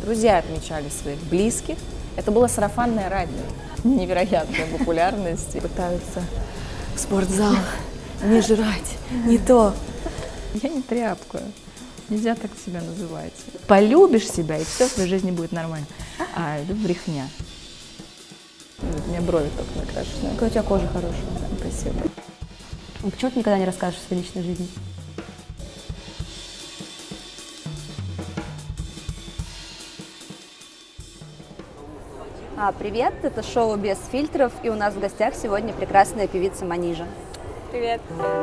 Друзья отмечали своих близких. Это было сарафанное радио. Невероятная популярность. Пытаются в спортзал не жрать, не то. Я не тряпка. Нельзя так себя называть. Полюбишь себя, и все в твоей жизни будет нормально. А это брехня. У меня брови только накрашены. Какая у тебя кожа хорошая. Да, спасибо. А почему ты никогда не расскажешь о своей личной жизни? Привет, это шоу «Без фильтров», и у нас в гостях сегодня прекрасная певица Манижа. Привет.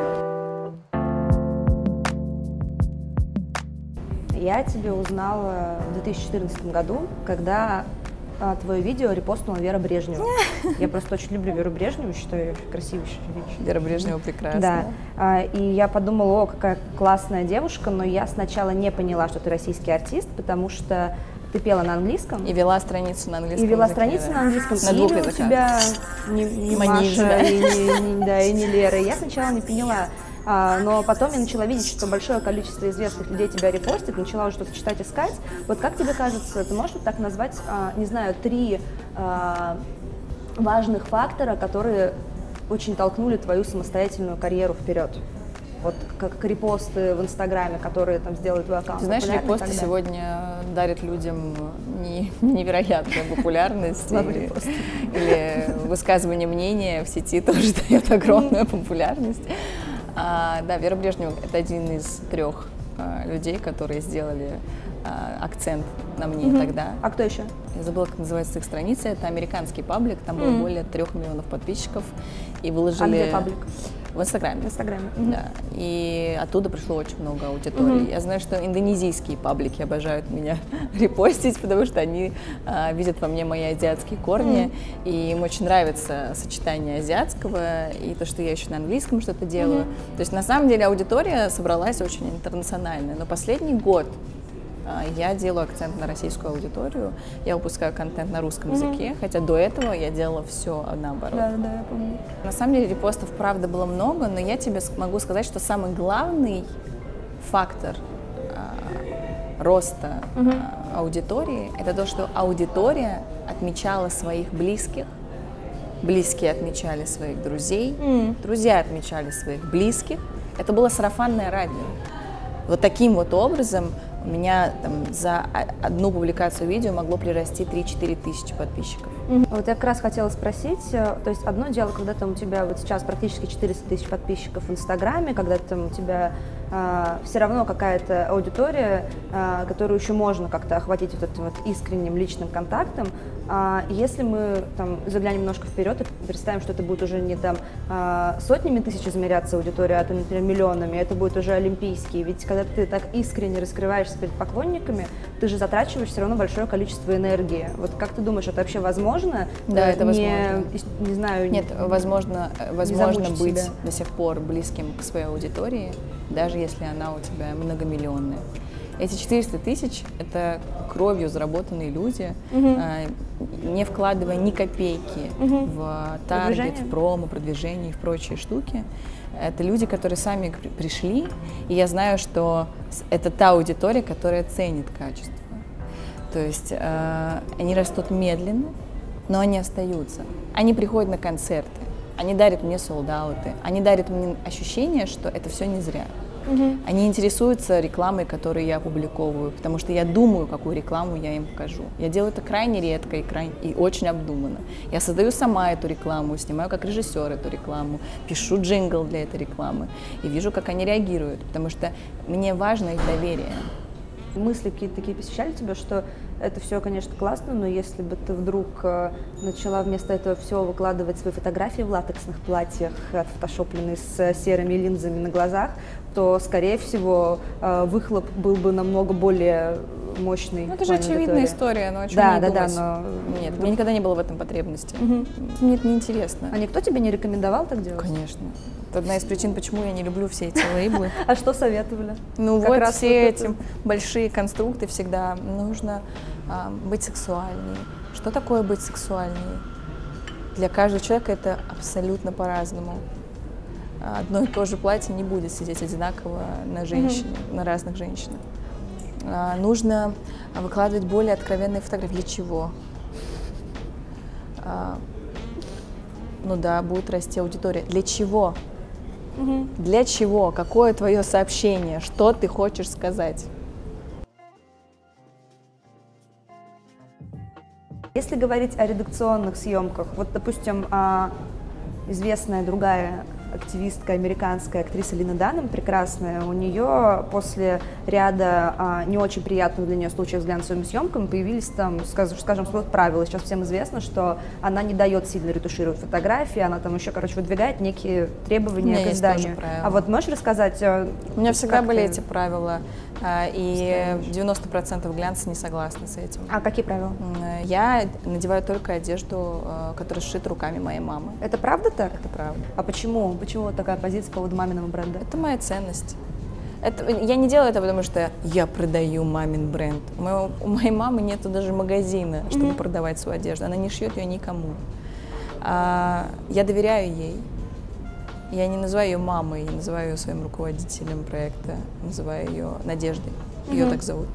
Я тебя узнала в 2014 году, когда твое видео репостнула Вера Брежнева. Я просто очень люблю Веру Брежневу, считаю ее очень красивой вещь. Вера Брежнева прекрасна. Да. И я подумала, о, какая классная девушка, но я сначала не поняла, что ты российский артист, потому что ты пела на английском. И вела страницу на английском. И вела страницу на английском. На двух имя языках. У тебя не Маша и не Лера. Я сначала не поняла. Но потом я начала видеть, что большое количество известных людей тебя репостит, начала уже что-то читать, искать. Вот как тебе кажется, ты можешь вот так назвать, не знаю, 3 важных фактора, которые очень толкнули твою самостоятельную карьеру вперед? Вот как репосты в Инстаграме, которые там сделали твой аккаунт. Ты знаешь, репосты сегодня дарят людям невероятную популярность. Или высказывание мнения в сети тоже дает огромную популярность. Да, Вера Брежнева – это один из 3 людей, которые сделали акцент на мне тогда. А кто еще? Я забыла, как называется их страница. Это американский паблик, там было более 3 миллионов подписчиков. И выложили... А где паблик? В Инстаграме. В Инстаграме. Да. И оттуда пришло очень много аудитории. Я знаю, что индонезийские паблики обожают меня репостить, потому что они видят во мне мои азиатские корни, и им очень нравится сочетание азиатского и то, что я еще на английском что-то делаю. То есть на самом деле аудитория собралась очень интернациональная. Но последний год я делаю акцент на российскую аудиторию, я выпускаю контент на русском языке, хотя до этого я делала все наоборот. Да, я помню. На самом деле репостов, правда, было много, но я тебе могу сказать, что самый главный фактор роста аудитории – это то, что аудитория отмечала своих близких, близкие отмечали своих друзей, друзья отмечали своих близких. Это было сарафанное радио. Вот таким вот образом у меня там, за одну публикацию видео могло прирасти 3-4 тысячи подписчиков. Вот я как раз хотела спросить, то есть одно дело, когда там у тебя вот сейчас практически 400 тысяч подписчиков в Инстаграме, когда там у тебя все равно какая-то аудитория, которую еще можно как-то охватить вот этим вот искренним личным контактом. Если мы там заглянем немножко вперед и представим, что это будет уже не там сотнями тысяч измеряться аудитория, а то, например, миллионами, это будет уже олимпийский. Ведь когда ты так искренне раскрываешься перед поклонниками, ты же затрачиваешь все равно большое количество энергии. Вот как ты думаешь, это вообще возможно? Да, это возможно. Не знаю. Нет, возможно быть себя до сих пор близким к своей аудитории, даже если она у тебя многомиллионная. Эти 400 тысяч – это кровью заработанные люди, не вкладывая ни копейки в таргет, в промо, продвижение и в прочие штуки. Это люди, которые сами пришли, и я знаю, что это та аудитория, которая ценит качество. То есть они растут медленно, но они остаются. Они приходят на концерты, они дарят мне солд-ауты, они дарят мне ощущение, что это все не зря. Они интересуются рекламой, которую я опубликовываю, потому что я думаю, какую рекламу я им покажу. Я делаю это крайне редко и очень обдуманно. Я создаю сама эту рекламу, снимаю как режиссер эту рекламу, пишу джингл для этой рекламы и вижу, как они реагируют, потому что мне важно их доверие. Мысли какие-то такие посещали тебя, что это все, конечно, классно, но если бы ты вдруг начала вместо этого все выкладывать свои фотографии в латексных платьях, отфотошопленные с серыми линзами на глазах, то, скорее всего, выхлоп был бы намного более мощный. Ну, это же очевидная история, но о чем да, не думать? но... Нет, мне никогда не было в этом потребности. Мне это неинтересно. А никто тебе не рекомендовал так делать? Конечно. Это одна из причин, почему я не люблю все эти лейблы. А что советовали? Ну вот все эти большие конструкты всегда нужно быть сексуальнее. Что такое быть сексуальнее? Для каждого человека это абсолютно по-разному. Одно и то же платье не будет сидеть одинаково на женщине, на разных женщинах. Нужно выкладывать более откровенные фотографии. Для чего? Ну да, будет расти аудитория. Для чего? Для чего? Какое твое сообщение? Что ты хочешь сказать? Если говорить о редакционных съемках, вот, допустим, известная другая активистка, американская актриса Лина Данем, прекрасная, у нее после ряда не очень приятных для нее случаев с глянцевыми съемками появились там, скажем, правила. Сейчас всем известно, что она не дает сильно ретушировать фотографии, она там еще, выдвигает некие требования к изданию. А вот можешь рассказать? У меня всегда были эти правила, и 90% глянца не согласны с этим. А какие правила? Я надеваю только одежду, которая сшита руками моей мамы. Это правда так? Это правда. А почему? Почему вот такая позиция по поводу маминого бренда? Это моя ценность. Я не делаю это, потому что я продаю мамин бренд. У моей мамы нету даже магазина, чтобы продавать свою одежду. Она не шьет ее никому. Я доверяю ей. Я не называю ее мамой, я называю ее своим руководителем проекта, называю ее Надеждой. Ее так зовут.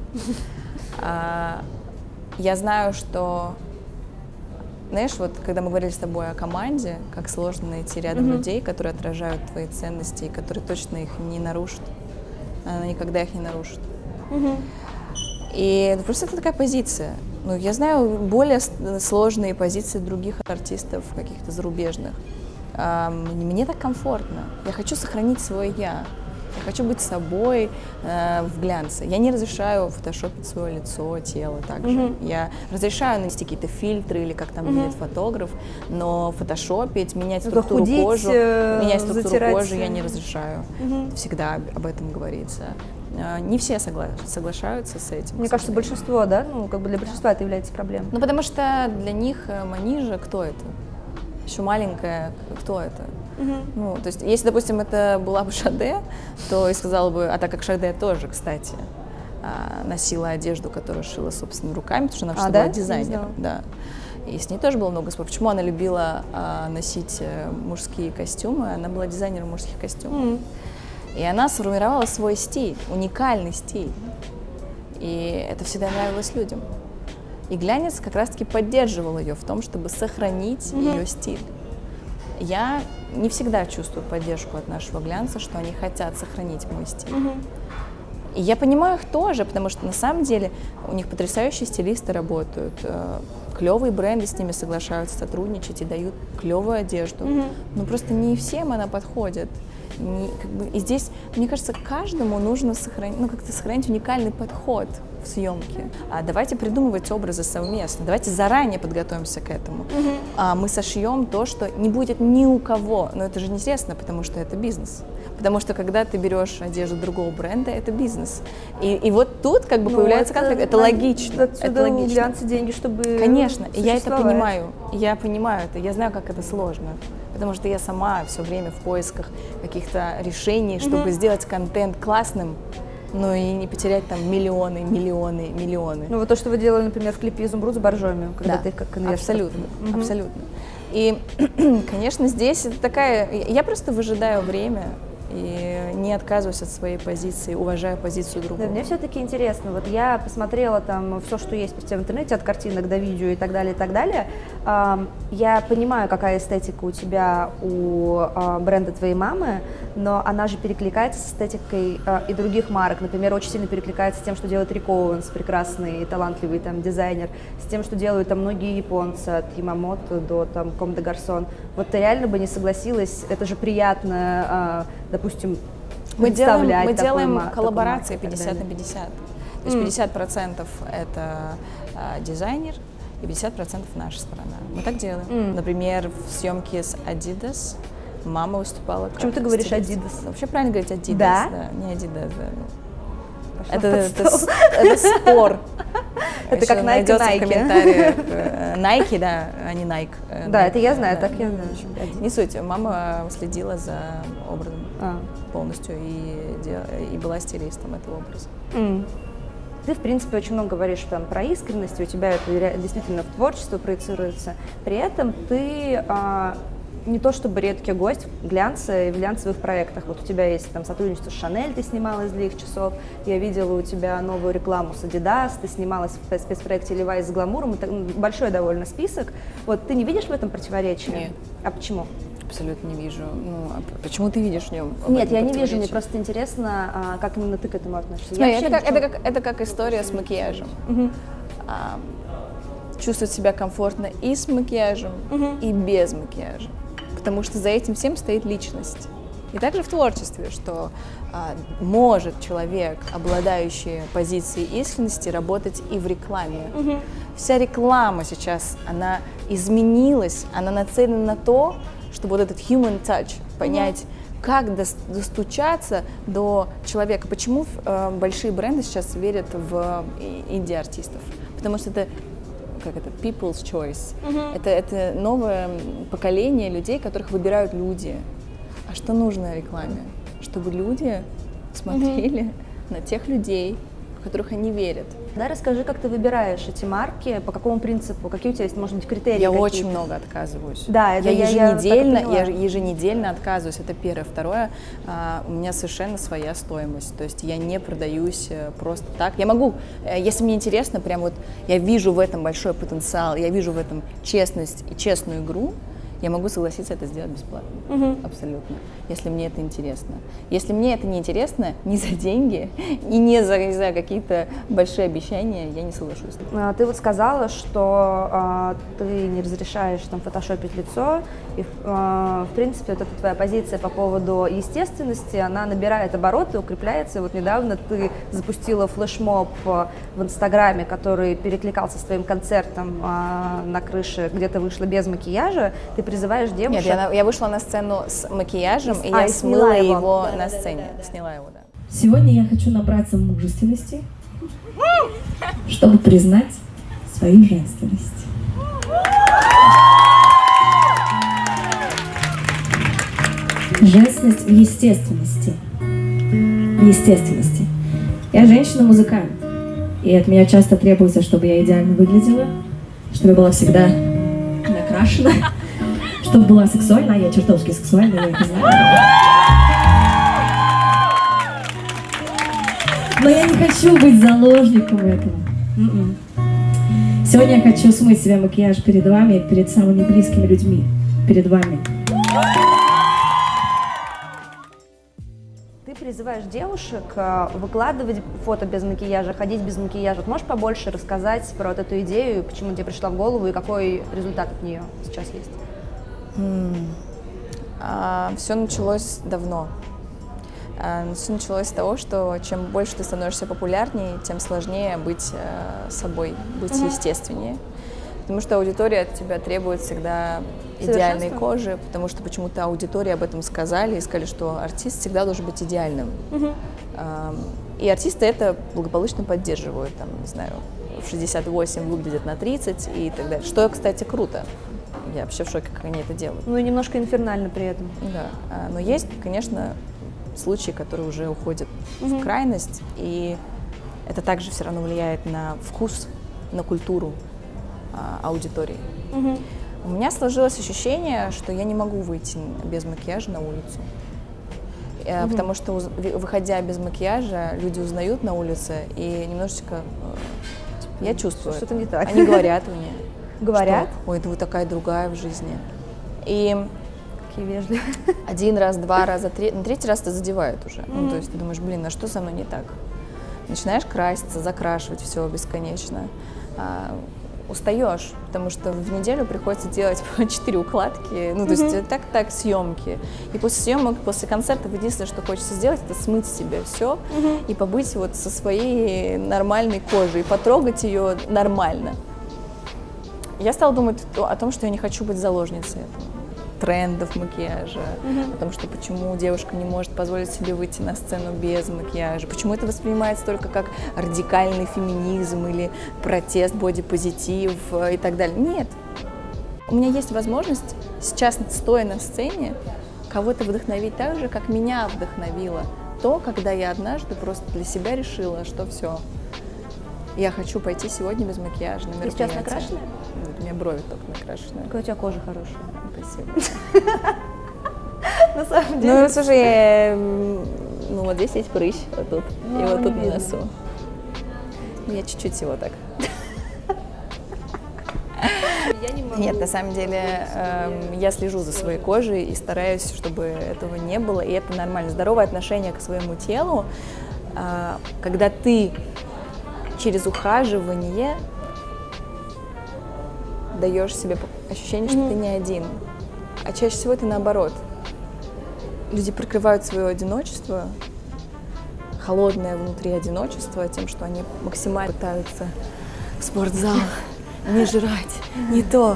Я знаю, что... Знаешь, вот когда мы говорили с тобой о команде, как сложно найти рядом людей, которые отражают твои ценности и которые точно их не нарушат. Она никогда их не нарушит. И просто это такая позиция. Ну, я знаю более сложные позиции других артистов, каких-то зарубежных. Мне так комфортно. Я хочу сохранить свое «я». Я хочу быть собой в глянце. Я не разрешаю фотошопить свое лицо, тело также. Я разрешаю нанести какие-то фильтры или как там делает фотограф, но фотошопить, менять структуру кожи, я не разрешаю. Всегда об этом говорится. Не все соглашаются с этим. Мне кажется, большинство, да? Ну, для большинства это является проблемой. Ну, потому что для них Манижа кто это? Еще маленькая, кто это? Ну, то есть, если, допустим, это была бы Шаде, то я сказала бы, а так как Шаде тоже, кстати, носила одежду, которую шила собственными руками, потому что она вообще была дизайнером. Да. И с ней тоже было много споров. Почему она любила носить мужские костюмы? Она была дизайнером мужских костюмов. И она сформировала свой стиль, уникальный стиль. И это всегда нравилось людям. И глянец как раз-таки поддерживал ее в том, чтобы сохранить ее стиль. Я не всегда чувствую поддержку от нашего глянца, что они хотят сохранить мой стиль. И я понимаю их тоже, потому что на самом деле у них потрясающие стилисты работают, клевые бренды с ними соглашаются сотрудничать и дают клевую одежду. Но просто не всем она подходит. И здесь, мне кажется, каждому нужно сохранить уникальный подход в съемке. Давайте придумывать образы совместно, давайте заранее подготовимся к этому. Мы сошьем то, что не будет ни у кого, но это же неизвестно, потому что это бизнес. Потому что когда ты берешь одежду другого бренда, это бизнес. И вот тут появляется конфликт. Это логично. Это логично. Деньги, чтобы Конечно, и я это понимаю. Я понимаю это, я знаю, как это сложно. Потому что я сама все время в поисках каких-то решений, чтобы сделать контент классным, но и не потерять там миллионы. Ну вот то, что вы делали, например, в клипе «Изумруд» с Боржоми, когда ты их как инвестор. Абсолютно. И, конечно, здесь это такая... Я просто выжидаю время и не отказываюсь от своей позиции, уважаю позицию другого. Да, мне все-таки интересно, вот я посмотрела там все, что есть в интернете, от картинок до видео и так далее, и так далее. Я понимаю, какая эстетика у тебя, у бренда твоей мамы, но она же перекликается с эстетикой и других марок. Например, очень сильно перекликается с тем, что делает Рик Оуэнс, прекрасный, талантливый там дизайнер, с тем, что делают там многие японцы, от Ямамото до там Comme des Garçons. Вот ты реально бы не согласилась, это же приятно, допустим, мы делаем такую коллаборации 50 на 50. То есть 50% это дизайнер и 50% наша сторона. Мы так делаем. Например, в съемке с Adidas мама выступала как Почему ты говоришь стилист. Adidas? Вообще правильно говорить Adidas, да? Не Adidas, да. Это спор. Это как Nike, в комментариях. Nike, да, а не Nike. Да, это я знаю, так я знаю. Не суть, мама следила за образом полностью и была стилистом этого образа. Ты, в принципе, очень много говоришь там про искренность, у тебя это действительно в творчество проецируется. При этом ты не то чтобы редкий гость в глянце и в глянцевых проектах. Вот у тебя есть там сотрудничество с Шанель, ты снималась для их часов, я видела у тебя новую рекламу с Adidas, ты снималась в спецпроекте Levi's с гламуром, это большой довольно список. Вот ты не видишь в этом противоречия? Нет. А почему? Абсолютно не вижу. Ну, а почему ты видишь в нем? Нет, я не вижу, мне просто интересно, как именно ты к этому относишься. Смотри, это как история с макияжем. Чувствовать себя комфортно и с макияжем, и без макияжа. Потому что за этим всем стоит личность. И также в творчестве, что может человек, обладающий позицией искренности, работать и в рекламе. Вся реклама сейчас, она изменилась, она нацелена на то, чтобы вот этот human touch, понять, как достучаться до человека. Почему большие бренды сейчас верят в инди-артистов? Потому что это people's choice. Это новое поколение людей, которых выбирают люди. А что нужно рекламе? Чтобы люди смотрели на тех людей, в которых они верят. Да, расскажи, как ты выбираешь эти марки, по какому принципу, какие у тебя есть, может быть, критерии? Я очень много отказываюсь. Да, это я еженедельно отказываюсь, это первое. Второе, у меня совершенно своя стоимость, то есть я не продаюсь просто так. Я могу, если мне интересно, прям вот я вижу в этом большой потенциал, я вижу в этом честность и честную игру, я могу согласиться это сделать бесплатно, абсолютно, если мне это интересно. Если мне это не интересно, ни за деньги и не за, не знаю, какие-то большие обещания, я не соглашусь. Ты вот сказала, что ты не разрешаешь там фотошопить лицо, и в принципе вот эта твоя позиция по поводу естественности, она набирает обороты, укрепляется. Вот недавно ты запустила флешмоб в Инстаграме, который перекликался с твоим концертом на крыше, где ты вышла без макияжа. Ты призываешь девушек... Нет, я вышла на сцену с макияжем, и я смыла его на сцене. Сняла его, да. Сегодня я хочу набраться мужественности, чтобы признать свою женственность. Женственность в естественности. В естественности. Я женщина-музыкант, и от меня часто требуется, чтобы я идеально выглядела, чтобы я была всегда накрашена, чтобы была сексуальна, а я чертовски сексуальна, я это знаю. Но я не хочу быть заложником этого. Сегодня я хочу смыть себе макияж перед вами и перед самыми близкими людьми, перед вами. Ты призываешь девушек выкладывать фото без макияжа, ходить без макияжа. Вот можешь побольше рассказать про вот эту идею, почему тебе пришла в голову и какой результат от нее сейчас есть? Все началось давно. Все началось с того, что чем больше ты становишься популярнее, тем сложнее быть собой, быть естественнее. Потому что аудитория от тебя требует всегда идеальной кожи, потому что почему-то аудитории об этом сказали и сказали, что артист всегда должен быть идеальным. И артисты это благополучно поддерживают, там, не знаю, в 68 выглядят на 30 и так далее. Что, кстати, круто. Я вообще в шоке, как они это делают. Ну и немножко инфернально при этом. Да, но есть, конечно, случаи, которые уже уходят в крайность, и это также все равно влияет на вкус, на культуру аудитории. У меня сложилось ощущение, что я не могу выйти без макияжа на улицу, потому что, выходя без макияжа, люди узнают на улице, и немножечко я чувствую, что-то не так. Они говорят мне. Говорят? Что, ой, да вы такая другая в жизни. И какие вежливые. Один раз, два раза, на третий раз это задевает уже. Ну, то есть ты думаешь, блин, а что со мной не так? Начинаешь краситься, закрашивать все бесконечно. Устаешь, потому что в неделю приходится делать по 4 укладки, ну, то есть так съемки. И после съемок, после концертов единственное, что хочется сделать, это смыть себе все и побыть вот со своей нормальной кожей, потрогать ее нормально. Я стала думать о том, что я не хочу быть заложницей этого. Трендов макияжа, о том, что почему девушка не может позволить себе выйти на сцену без макияжа, почему это воспринимается только как радикальный феминизм или протест, бодипозитив и так далее. Нет. У меня есть возможность сейчас, стоя на сцене, кого-то вдохновить так же, как меня вдохновило то, когда я однажды просто для себя решила, что все. Я хочу пойти сегодня без макияжа на мероприятие. Ты сейчас накрашенная? У меня брови только накрашенные. Какая у тебя кожа хорошая. Спасибо. На самом деле. Ну, слушай, ну вот здесь есть прыщ, вот тут, и вот тут на носу. Я чуть-чуть всего так. Нет, на самом деле я слежу за своей кожей и стараюсь, чтобы этого не было, и это нормально. Здоровое отношение к своему телу, когда ты через ухаживание даешь себе ощущение, что ты не один, а чаще всего это наоборот. Люди прикрывают свое одиночество, холодное внутри одиночество, тем, что они максимально пытаются в спортзал не жрать, не то.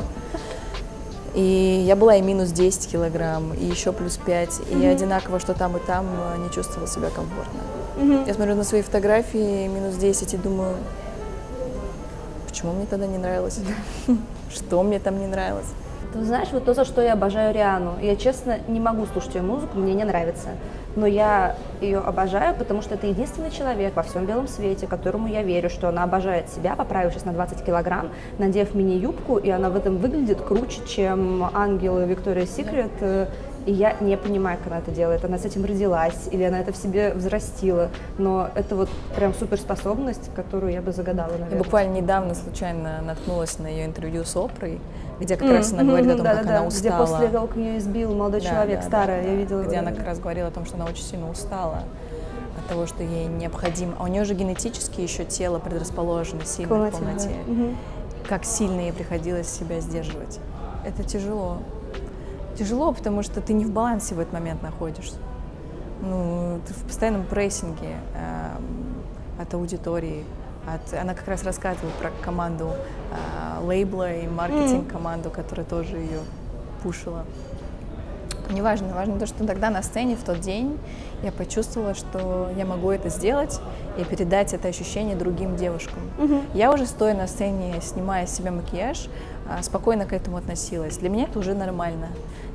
И я была и минус 10 килограмм, и еще плюс 5, и я одинаково, что там и там, не чувствовала себя комфортно. Я смотрю на свои фотографии, минус 10, и думаю, почему мне тогда не нравилось? Что мне там не нравилось? Ты знаешь, вот то, за что я обожаю Риану. Я, честно, не могу слушать ее музыку, мне не нравится. Но я ее обожаю, потому что это единственный человек во всем белом свете, которому я верю, что она обожает себя, поправившись на 20 килограмм, надев мини-юбку, и она в этом выглядит круче, чем ангелы Victoria's Secret. И я не понимаю, как она это делает. Она с этим родилась, или она это в себе взрастила. Но это вот прям суперспособность, которую я бы загадала, наверное. Я буквально недавно случайно наткнулась на ее интервью с Опрой, где как раз она говорит о том, как она устала. Где после того, как ее избил молодой человек, старая, я видела. Где она как раз говорила о том, что она очень сильно устала от того, что ей необходимо. А у нее же генетически еще тело предрасположено сильно к полноте. Как сильно ей приходилось себя сдерживать. Это тяжело. Тяжело, потому что ты не в балансе в этот момент находишься. Ну, ты в постоянном прессинге от аудитории. Она как раз рассказывает про команду лейбла и маркетинг-команду, которая тоже ее пушила. Неважно, важно то, что тогда на сцене в тот день я почувствовала, что я могу это сделать и передать это ощущение другим девушкам. Я уже стоя на сцене, снимая с себя макияж, спокойно к этому относилась. Для меня это уже нормально.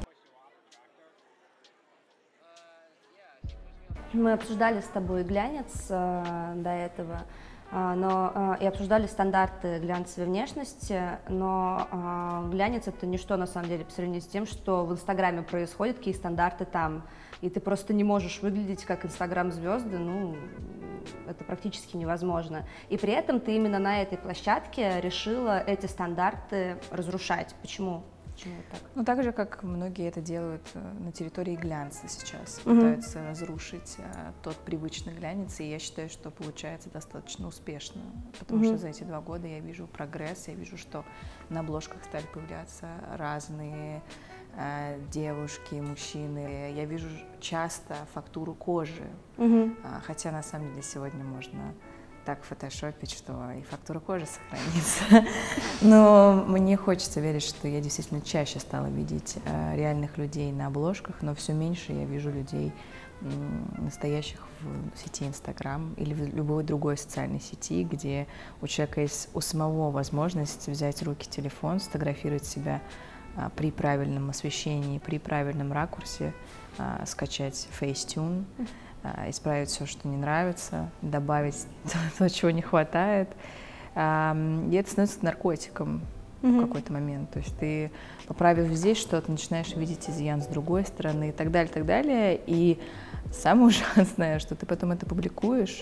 Мы обсуждали с тобой глянец до этого, и обсуждали стандарты глянцевой внешности, но глянец — это ничто на самом деле по сравнению с тем, что в Инстаграме происходит, какие стандарты там, и ты просто не можешь выглядеть как Инстаграм-звезды, ну, это практически невозможно. И при этом ты именно на этой площадке решила эти стандарты разрушать. Почему? Почему так? Ну, так же, как многие это делают на территории глянца сейчас, пытаются разрушить тот привычный глянец, и я считаю, что получается достаточно успешно, потому что за эти 2 года я вижу прогресс, я вижу, что на обложках стали появляться разные девушки, мужчины. Я вижу часто фактуру кожи, хотя на самом деле сегодня можно так фотошопить, что и фактура кожи сохранится. Но мне хочется верить, что я действительно чаще стала видеть реальных людей на обложках, но все меньше я вижу людей настоящих в сети Инстаграм или в любой другой социальной сети, где у человека есть у самого возможность взять в руки телефон, сфотографировать себя при правильном освещении, при правильном ракурсе, скачать Facetune, исправить все, что не нравится, добавить то, чего не хватает. И это становится наркотиком в какой-то момент. То есть ты, поправив здесь что-то, начинаешь видеть изъян с другой стороны и так далее, так далее. И самое ужасное, что ты потом это публикуешь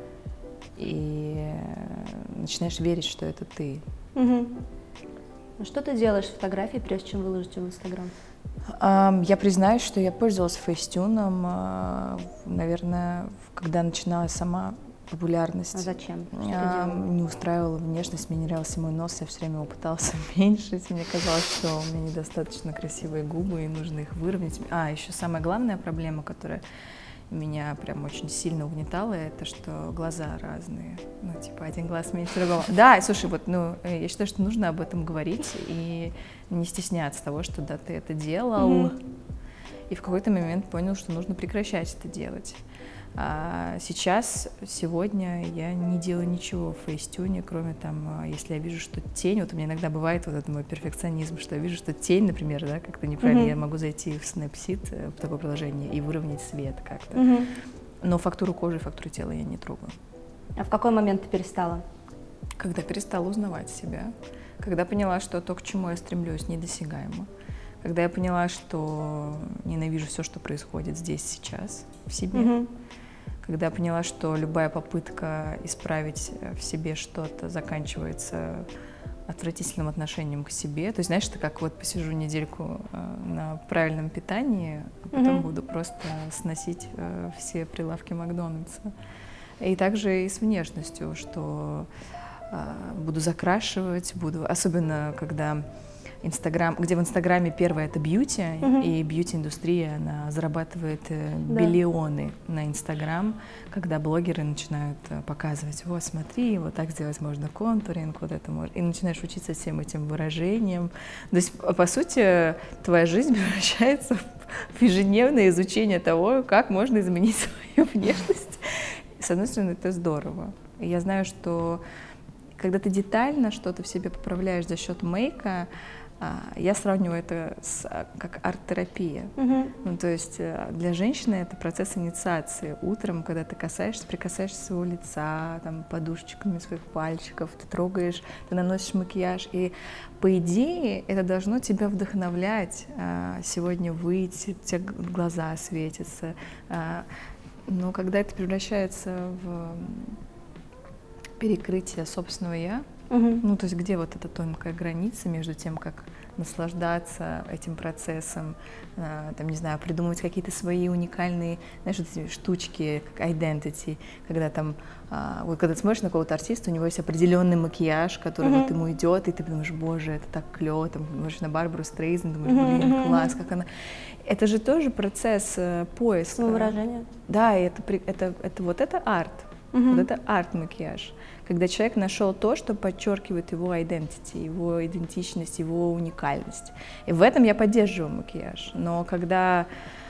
и начинаешь верить, что это ты. Что ты делаешь с фотографией, прежде чем выложить ее в Инстаграм? Я признаюсь, что я пользовалась Facetune, наверное, когда начиналась сама популярность. А зачем? Не устраивала внешность, мне не нравился мой нос, я все время его пыталась уменьшить. Мне казалось, что у меня недостаточно красивые губы, и нужно их выровнять. Еще самая главная проблема, которая меня прям очень сильно угнетало, это что глаза разные. Ну, типа, один глаз меньше другого. Да, слушай, вот, я считаю, что нужно об этом говорить и не стесняться того, что да, ты это делал. И в какой-то момент понял, что нужно прекращать это делать. А сейчас, сегодня я не делаю ничего в Facetune, кроме там, если я вижу, что тень, вот у меня иногда бывает вот этот мой перфекционизм, что я вижу, что тень, например, да, как-то неправильно, я могу зайти в Snapseed, в такое приложение, и выровнять свет как-то. Но фактуру кожи, фактуру тела я не трогаю. А в какой момент ты перестала? Когда перестала узнавать себя, когда поняла, что то, к чему я стремлюсь, недосягаемо, когда я поняла, что ненавижу все, что происходит здесь, сейчас, в себе, когда я поняла, что любая попытка исправить в себе что-то заканчивается отвратительным отношением к себе. То есть, знаешь, это как вот посижу недельку на правильном питании, а потом буду просто сносить все прилавки Макдональдса. И также и с внешностью, что буду закрашивать, особенно когда Инстаграм, где в Инстаграме первое — это бьюти, и бьюти-индустрия, она зарабатывает биллионы на Инстаграм, когда блогеры начинают показывать: вот, смотри, вот так сделать можно контуринг, вот это можно. И начинаешь учиться всем этим выражениям. То есть, по сути, твоя жизнь превращается в ежедневное изучение того, как можно изменить свою внешность. С одной стороны, это здорово. И я знаю, что когда ты детально что-то в себе поправляешь за счет мейка, я сравниваю это как арт-терапия. Ну, то есть для женщины это процесс инициации. Утром, когда ты прикасаешься своего лица, там, подушечками своих пальчиков, ты трогаешь, ты наносишь макияж. И по идее это должно тебя вдохновлять. Сегодня выйти, у тебя глаза светятся. Но когда это превращается в перекрытие собственного «я», ну, то есть где вот эта тонкая граница между тем, как наслаждаться этим процессом, там, не знаю, придумывать какие-то свои уникальные, знаешь, вот эти штучки, как identity, когда там, вот когда ты смотришь на какого-то артиста, у него есть определенный макияж, который вот ему идет, и ты думаешь: боже, это так клево, там, смотришь на Барбару Стрейзанд, думаешь: блин, класс, как она... Это же тоже процесс поиска. Самовыражение. Да, и это арт. Вот это арт-макияж. Когда человек нашел то, что подчеркивает его identity, его идентичность, его уникальность. И в этом я поддерживаю макияж. Но когда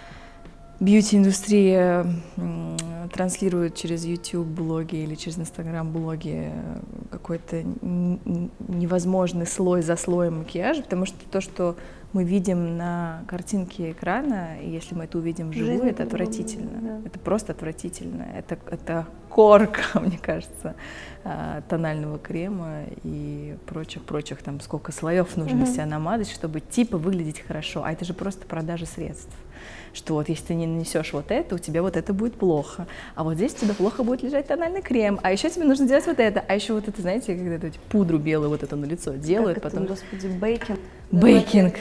бьюти-индустрия транслирует через YouTube-блоги или через Instagram-блоги какой-то невозможный слой за слоем макияжа, потому что то, что мы видим на картинке экрана, и если мы это увидим вживую, это отвратительно. Да. Это просто отвратительно. Это корка, мне кажется, тонального крема и прочих, там сколько слоев нужно себя намазать, чтобы типа выглядеть хорошо. А это же просто продажа средств. Что вот если ты не нанесешь вот это, у тебя вот это будет плохо. А вот здесь у тебя плохо будет лежать тональный крем. А еще тебе нужно делать вот это. А еще вот это, знаете, когда это пудру белую вот это на лицо делают, как потом... Это, господи, бейкинг. Бейкинг.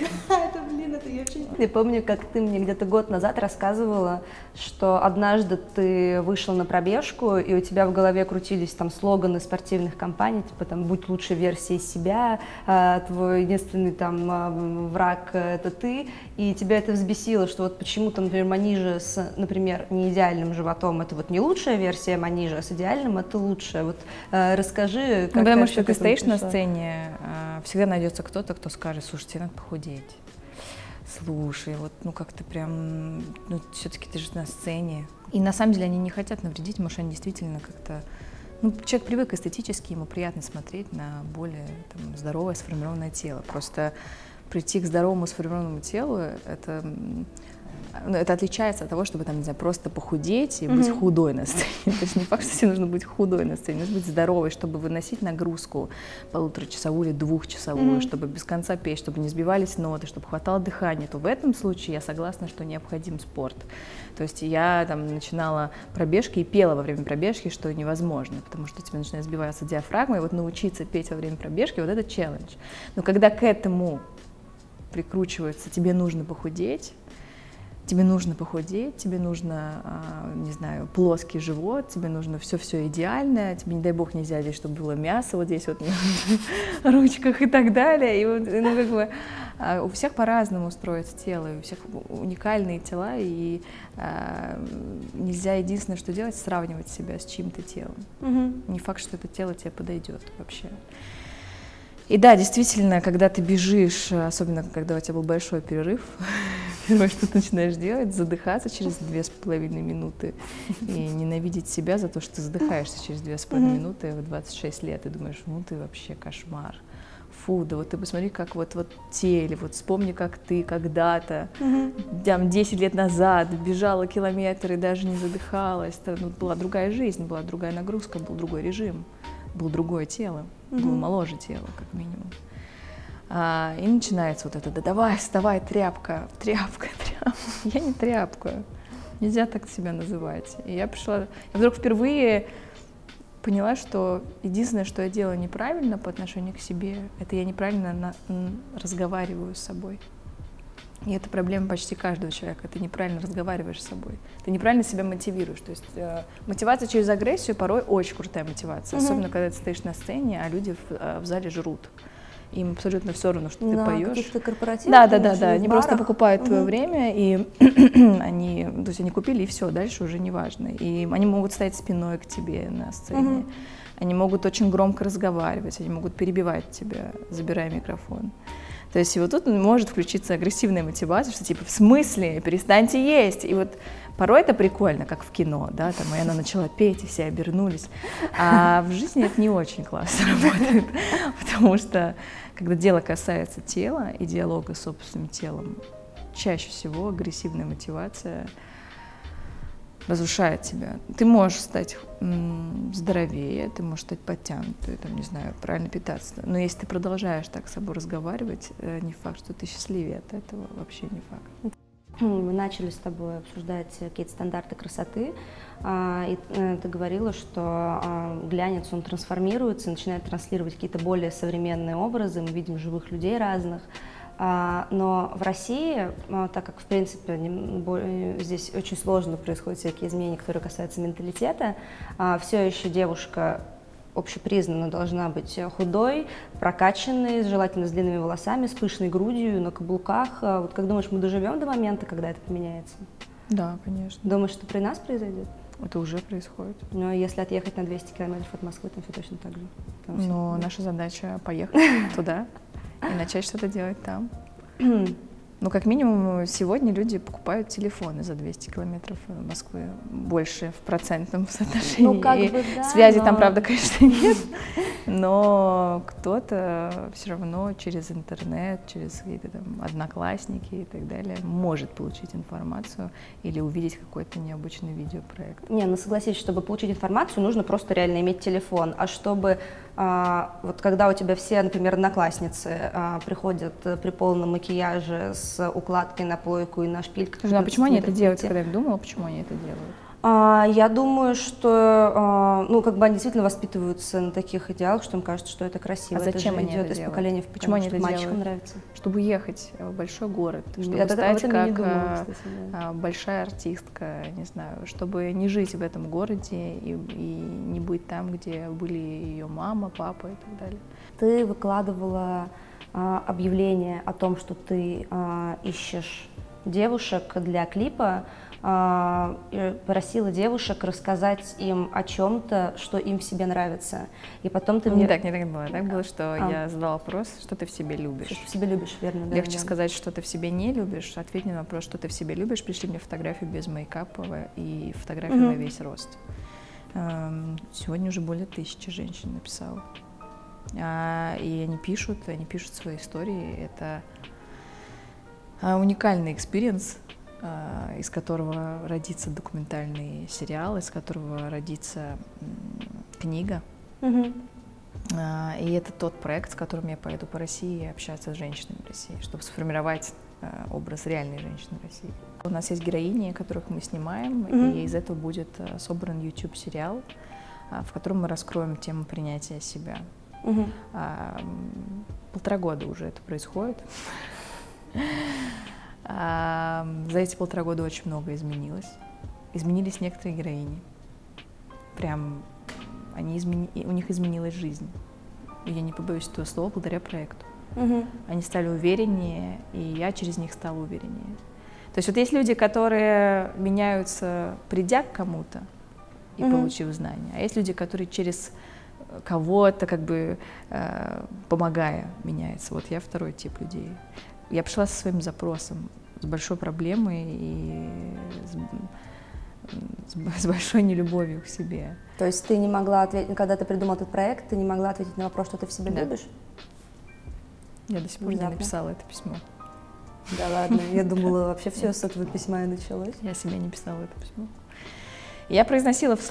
Я помню, как ты мне где-то год назад рассказывала, что однажды ты вышла на пробежку, и у тебя в голове крутились там слоганы спортивных компаний, типа там «Будь лучшей версией себя», твой единственный там враг — это ты, и тебя это взбесило, что вот почему-то, например, манижа с, например, неидеальным животом — это вот не лучшая версия манижа, а с идеальным — это лучшее. Вот расскажи, как потому что ты стоишь на сцене, всегда найдется кто-то, кто скажет: слушай, тебе надо похудеть. Слушай, вот, ну как-то прям, ну все-таки ты же на сцене. И на самом деле они не хотят навредить, может, они действительно как-то... Ну, человек привык эстетически, ему приятно смотреть на более там здоровое, сформированное тело. Просто прийти к здоровому, сформированному телу, это отличается от того, чтобы там, не знаю, просто похудеть и быть худой на сцене. То есть не факт, что тебе нужно быть худой на сцене, нужно быть здоровой, чтобы выносить нагрузку полуторачасовую или двухчасовую, чтобы без конца петь, чтобы не сбивались ноты, чтобы хватало дыхания. То в этом случае я согласна, что необходим спорт. То есть я там начинала пробежки и пела во время пробежки, что невозможно, потому что тебе начинает сбиваться диафрагма, и вот научиться петь во время пробежки — вот это челлендж. Но когда к этому прикручивается: тебе нужно похудеть, тебе нужно, не знаю, плоский живот, тебе нужно все идеальное, тебе, не дай бог, нельзя здесь, чтобы было мясо вот здесь вот на ручках и так далее. И вот, ну, как бы, у всех по-разному устроится тело, у всех уникальные тела, и нельзя единственное, что делать, сравнивать себя с чьим-то телом. Не факт, что это тело тебе подойдет вообще. И да, действительно, когда ты бежишь, особенно когда у тебя был большой перерыв, первое, что ты начинаешь делать — задыхаться через 2,5 минуты и ненавидеть себя за то, что ты задыхаешься через 2,5 минуты в 26 лет. И думаешь: ну ты вообще кошмар. Фу, да вот ты посмотри, как вот теле, вот вспомни, как ты когда-то, там, 10 лет назад бежала километры и даже не задыхалась. Это, ну, была другая жизнь, была другая нагрузка, был другой режим. было другое тело, было моложе тело, как минимум. И начинается вот это: да давай, вставай, тряпка, тряпка, тряпка. Я не тряпка, нельзя так себя называть. И я вдруг впервые поняла, что единственное, что я делаю неправильно по отношению к себе, это я неправильно разговариваю с собой. И это проблема почти каждого человека. Ты неправильно разговариваешь с собой. Ты неправильно себя мотивируешь. То есть мотивация через агрессию порой очень крутая мотивация. Особенно, когда ты стоишь на сцене, а люди в зале жрут. Им абсолютно все равно, что ты поешь. Каких-то корпоративах? Да. Они просто покупают твое время, и они купили, и все, дальше уже не важно. И они могут стоять спиной к тебе на сцене. Они могут очень громко разговаривать, они могут перебивать тебя, забирая микрофон. То есть и вот тут может включиться агрессивная мотивация, что типа: в смысле, перестаньте есть. И вот порой это прикольно, как в кино, да, там, и она начала петь, и все обернулись. А в жизни это не очень классно работает, потому что когда дело касается тела и диалога с собственным телом, чаще всего агрессивная мотивация разрушает тебя. Ты можешь стать здоровее, ты можешь стать подтянутой, там, не знаю, правильно питаться. Но если ты продолжаешь так с собой разговаривать, не факт, что ты счастливее от этого, вообще не факт. Мы начали с тобой обсуждать какие-то стандарты красоты, и ты говорила, что глянец, он трансформируется, начинает транслировать какие-то более современные образы, мы видим живых людей разных. Но в России, так как, в принципе, здесь очень сложно происходят всякие изменения, которые касаются менталитета, все еще девушка общепризнанно должна быть худой, прокачанной, желательно с длинными волосами, с пышной грудью, на каблуках. Вот как думаешь, мы доживем до момента, когда это поменяется? Да, конечно. Думаешь, что при нас произойдет? Это уже происходит. Но если отъехать на 200 километров от Москвы, там все точно так же. Но наша задача поехать туда и начать что-то делать там. Ну, как минимум, сегодня люди покупают телефоны за 200 километров Москвы, больше в процентном соотношении. Ну, как бы, да, связи там, правда, конечно, нет, но кто-то все равно через интернет, через какие-то там одноклассники и так далее может получить информацию или увидеть какой-то необычный видеопроект. Не, ну согласись, чтобы получить информацию, нужно просто реально иметь телефон, а чтобы вот когда у тебя все, например, одноклассницы приходят при полном макияже с укладкой на плойку и на шпильках. Ну, а почему они это делают? Ты когда-нибудь думала, почему они это делают? Я думаю, что ну, как бы они действительно воспитываются на таких идеалах, что им кажется, что это красиво. А зачем это они это идет из делают? поколения в поколение, почему они это мальчикам делают? нравится. Чтобы ехать в большой город, чтобы Я стать как думала, кстати, да. большая артистка, не знаю, чтобы не жить в этом городе и не быть там, где были ее мама, папа и так далее. Ты выкладывала объявление о том, что ты ищешь девушек для клипа, просила девушек рассказать им о чем-то, что им в себе нравится. И потом ты мне... Не так было. Так было, что я задала вопрос, что ты в себе любишь. Что ты в себе любишь, верно. Да, Легче да. сказать, что ты в себе не любишь. Ответь мне на вопрос, что ты в себе любишь. Пришли мне фотографию без мейкапа и фотографию на весь рост. Сегодня уже более 1000 женщин написало. И они пишут свои истории. Это уникальный экспириенс, из которого родится документальный сериал, из которого родится книга. И это тот проект, с которым я поеду по России и общаться с женщинами России, чтобы сформировать образ реальной женщины России. У нас есть героини, которых мы снимаем, и из этого будет собран YouTube-сериал, в котором мы раскроем тему принятия себя. 1,5 года уже это происходит. За эти 1,5 года очень много изменилось. Изменились некоторые героини. Прям у них изменилась жизнь. И я не побоюсь этого слова, благодаря проекту. Они стали увереннее, и я через них стала увереннее. То есть вот есть люди, которые меняются, придя к кому-то и получив знания, а есть люди, которые через кого-то, как бы помогая, меняются. Вот я второй тип людей. Я пришла со своим запросом, с большой проблемой и с большой нелюбовью к себе. То есть ты не могла ответить, когда ты придумал этот проект, ты не могла ответить на вопрос, что ты в себе любишь? Я до сих пор не написала это письмо. Да ладно, я думала, вообще все с этого письма и началось. Я себе не писала это письмо. Я произносила вслух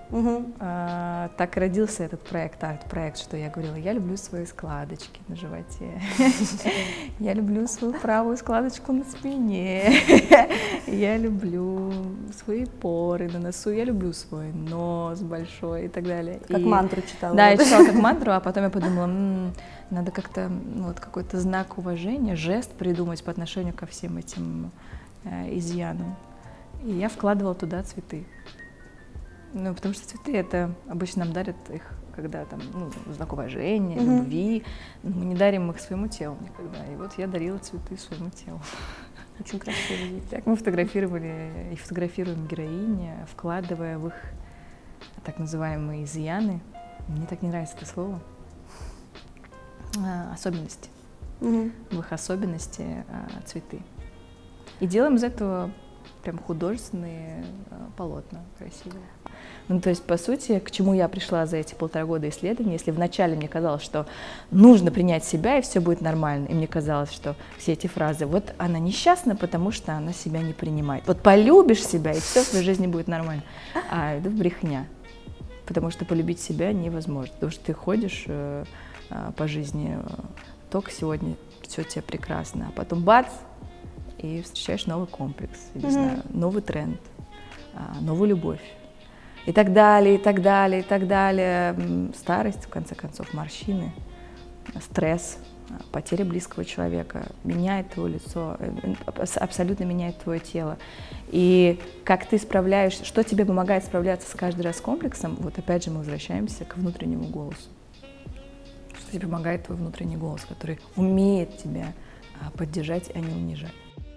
Так родился этот проект, арт-проект, что я говорила, я люблю свои складочки на животе, я люблю свою правую складочку на спине, я люблю свои поры на носу, я люблю свой нос большой и так далее. Как мантру читала. Да, я читала как мантру, а потом я подумала, надо как-то вот какой-то знак уважения, жест придумать по отношению ко всем этим изъянам. И я вкладывала туда цветы. Ну, потому что цветы это обычно нам дарят их, когда там, знак уважения, любви. Мы не дарим их своему телу никогда. И вот я дарила цветы своему телу. Очень красиво. Так мы фотографировали и фотографируем героини, вкладывая в их так называемые изъяны. Мне так не нравится это слово. Особенности. В их особенности цветы. И делаем из этого прям художественные полотна красивые. Ну, то есть, по сути, к чему я пришла за эти 1,5 года исследований, если вначале мне казалось, что нужно принять себя, и все будет нормально, и мне казалось, что все эти фразы, вот она несчастна, потому что она себя не принимает. Вот полюбишь себя, и все в твоей жизни будет нормально. А это брехня, потому что полюбить себя невозможно, потому что ты ходишь по жизни, только сегодня все тебе прекрасно, а потом бац, и встречаешь новый комплекс, не знаю, новый тренд, новую любовь. И так далее, и так далее, и так далее. Старость, в конце концов, морщины, стресс, потеря близкого человека меняет твое лицо, абсолютно меняет твое тело. И как ты справляешься, что тебе помогает справляться с каждый раз с комплексом, вот опять же мы возвращаемся к внутреннему голосу. Что тебе помогает твой внутренний голос, который умеет тебя поддержать, а не унижать.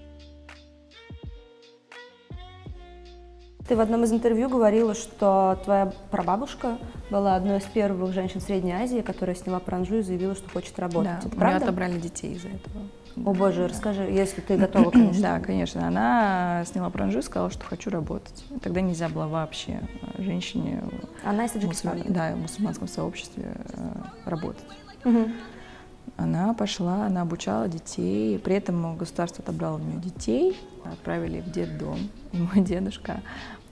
Ты в одном из интервью говорила, что твоя прабабушка была одной из первых женщин Средней Азии, которая сняла паранджу и заявила, что хочет работать. Да, это у правда? нее отобрали детей из-за этого. О боже, расскажи, если ты готова, конечно. Да, конечно. Она сняла паранджу и сказала, что хочу работать. Тогда нельзя было вообще женщине Она из Таджикистана. в мусульманском сообществе работать. Она пошла, она обучала детей, при этом государство отобрало у нее детей, отправили в детдом. И мой дедушка,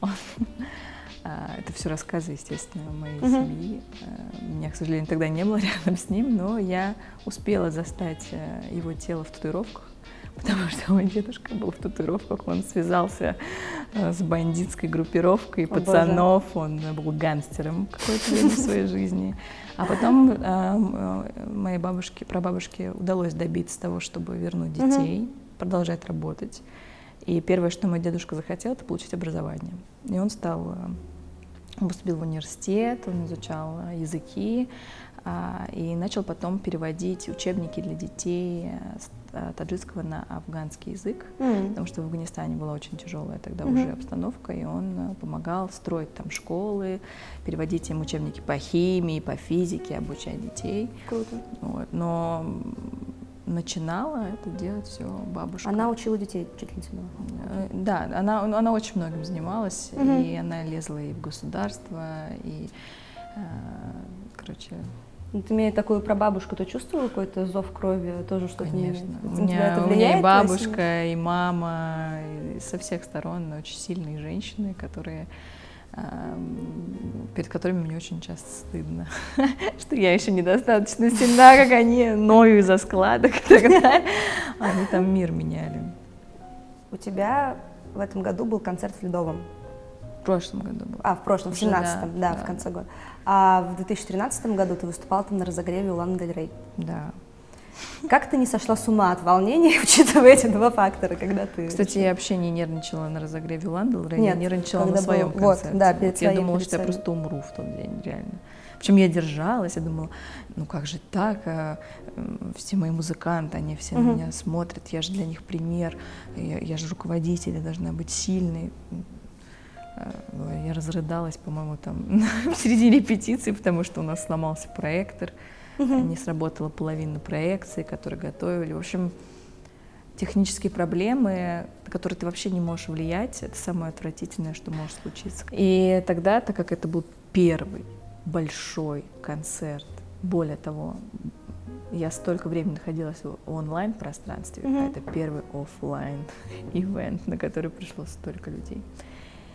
это все рассказы, естественно, моей семьи. Меня, к сожалению, тогда не было рядом с ним, но я успела застать его тело в татуировках, потому что мой дедушка был в татуировках, он связался с бандитской группировкой пацанов, он был гангстером какое-то время в своей жизни. А потом моей бабушке, прабабушке удалось добиться того, чтобы вернуть детей, продолжать работать. И первое, что мой дедушка захотел, это получить образование. И он поступил в университет, он изучал языки и начал потом переводить учебники для детей с таджикского на афганский язык, потому что в Афганистане была очень тяжелая тогда уже обстановка, и он помогал строить там школы, переводить им учебники по химии, по физике, обучать детей. Круто. Вот. Но начинала это делать все бабушка. Она учила детей, учительница была? Да, она очень многим занималась, и она лезла и в государство, и, короче... Ты имея такую прабабушку, ты чувствовала какой-то зов крови, тоже что-то? Конечно. У меня и бабушка, и мама, и со всех сторон очень сильные женщины, перед которыми мне очень часто стыдно, что я еще недостаточно сильна, как они, ною из-за складок и так далее. Они там мир меняли. У тебя в этом году был концерт в Ледовом. В прошлом году был. В прошлом, в 17-м, да, в конце года. А в 2013 году ты выступала там на разогреве у Ланы Дель Рей. Да. Как ты не сошла с ума от волнения, учитывая эти два фактора, когда ты... Кстати, я вообще не нервничала на разогреве Ланы Дель Рей, я нервничала на был... своем концерте. Да, перед я думала, что я просто умру в тот день, реально. Причем я держалась, я думала, ну как же так, все мои музыканты, они все на меня смотрят, я же для них пример, я же руководитель, я должна быть сильной. Я разрыдалась, по-моему, там в середине репетиции, потому что у нас сломался проектор, не сработала половина проекции, которые готовили. В общем, технические проблемы, на которые ты вообще не можешь влиять, это самое отвратительное, что может случиться. И тогда, так как это был первый большой концерт, более того, я столько времени находилась в онлайн-пространстве, это первый офлайн-ивент, на который пришло столько людей.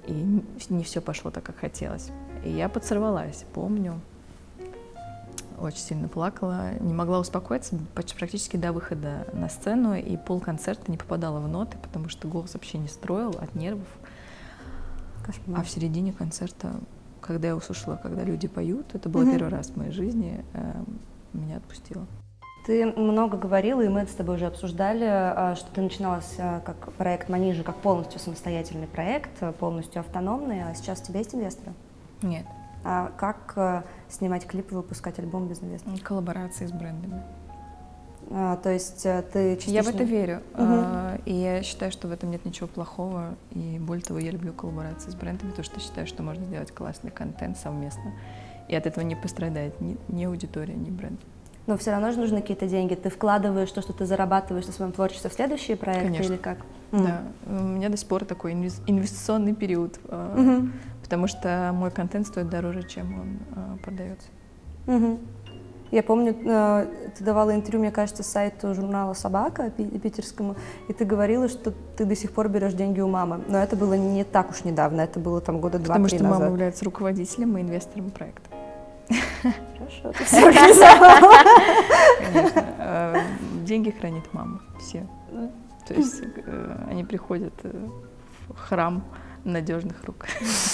и не все пошло так, как хотелось. И я подсорвалась, помню. Очень сильно плакала, не могла успокоиться практически до выхода на сцену, и полконцерта не попадала в ноты, потому что голос вообще не строил от нервов. Кошмар. А в середине концерта, когда я услышала, когда люди поют, это был первый раз в моей жизни, меня отпустило. Ты много говорила, и мы это с тобой уже обсуждали, что ты начиналась как проект «Манижа», как полностью самостоятельный проект, полностью автономный, а сейчас у тебя есть инвесторы? Нет. А как снимать клипы, выпускать альбом без инвесторов? Коллаборации с брендами. То есть ты частично... Я в это верю, и я считаю, что в этом нет ничего плохого, и более того, я люблю коллаборации с брендами, потому что считаю, что можно сделать классный контент совместно, и от этого не пострадает ни аудитория, ни бренд. Но все равно же нужны какие-то деньги. Ты вкладываешь то, что ты зарабатываешь на своем творчестве, в следующие проекты? Конечно. Или как? Да, у меня до сих пор такой инвестиционный период, потому что мой контент стоит дороже, чем он продается. Я помню, ты давала интервью, мне кажется, сайту журнала «Собака» питерскому, и ты говорила, что ты до сих пор берешь деньги у мамы. Но это было не так уж недавно, это было там года 2-3 назад. Потому что мама является руководителем и инвестором проекта. Хорошо, ты все организовала. Конечно. Деньги хранит мама, все. То есть они приходят в храм надежных рук.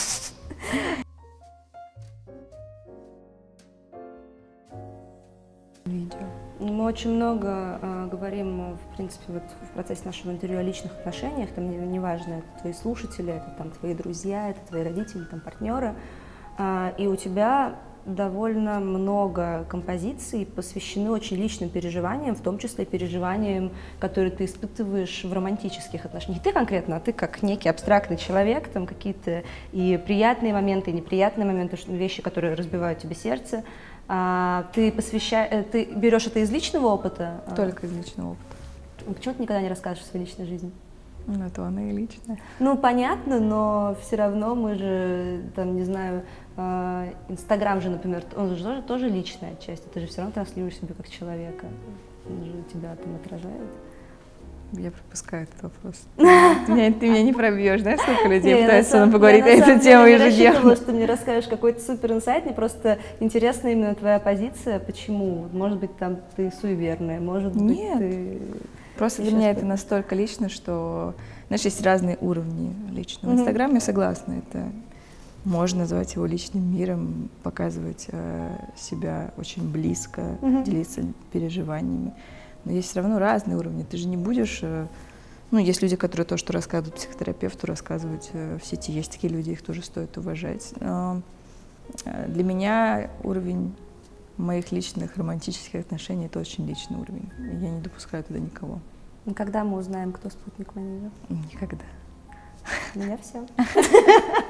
Видео. Мы очень много говорим, в принципе, вот в процессе нашего интервью о личных отношениях. Там неважно, это твои слушатели, это там твои друзья, это твои родители, там партнеры. И у тебя довольно много композиций посвящены очень личным переживаниям, в том числе переживаниям, которые ты испытываешь в романтических отношениях. Не ты конкретно, а ты как некий абстрактный человек, там какие-то и приятные моменты, и неприятные моменты, вещи, которые разбивают тебе сердце. Ты берешь это из личного опыта? Только из личного опыта. Почему ты никогда не расскажешь о своей личной жизни? Ну, это она и личная. Ну, понятно, но все равно мы же, там, не знаю, Инстаграм же, например, он же тоже личная часть, ты же все равно транслируешь себя как человека, он же тебя там отражает. Я пропускаю этот вопрос. Ты меня не пробьешь, знаешь, сколько людей пытаются поговорить на эту тему ежедневно. Я рассчитывала, что ты мне расскажешь какой-то супер инсайт, мне просто интересна именно твоя позиция, почему? Может быть, там ты суеверная, может быть, ты... Просто для меня это настолько лично, что, знаешь, есть разные уровни личного. Инстаграм, я согласна, это можно назвать его личным миром, показывать себя очень близко, делиться переживаниями. Но есть все равно разные уровни. Ты же не будешь... Ну, есть люди, которые то, что рассказывают психотерапевту, рассказывать в сети. Есть такие люди, их тоже стоит уважать. Но для меня уровень моих личных романтических отношений — это очень личный уровень. Я не допускаю туда никого. Когда мы узнаем, кто спутник Манижа? Никогда. У меня все.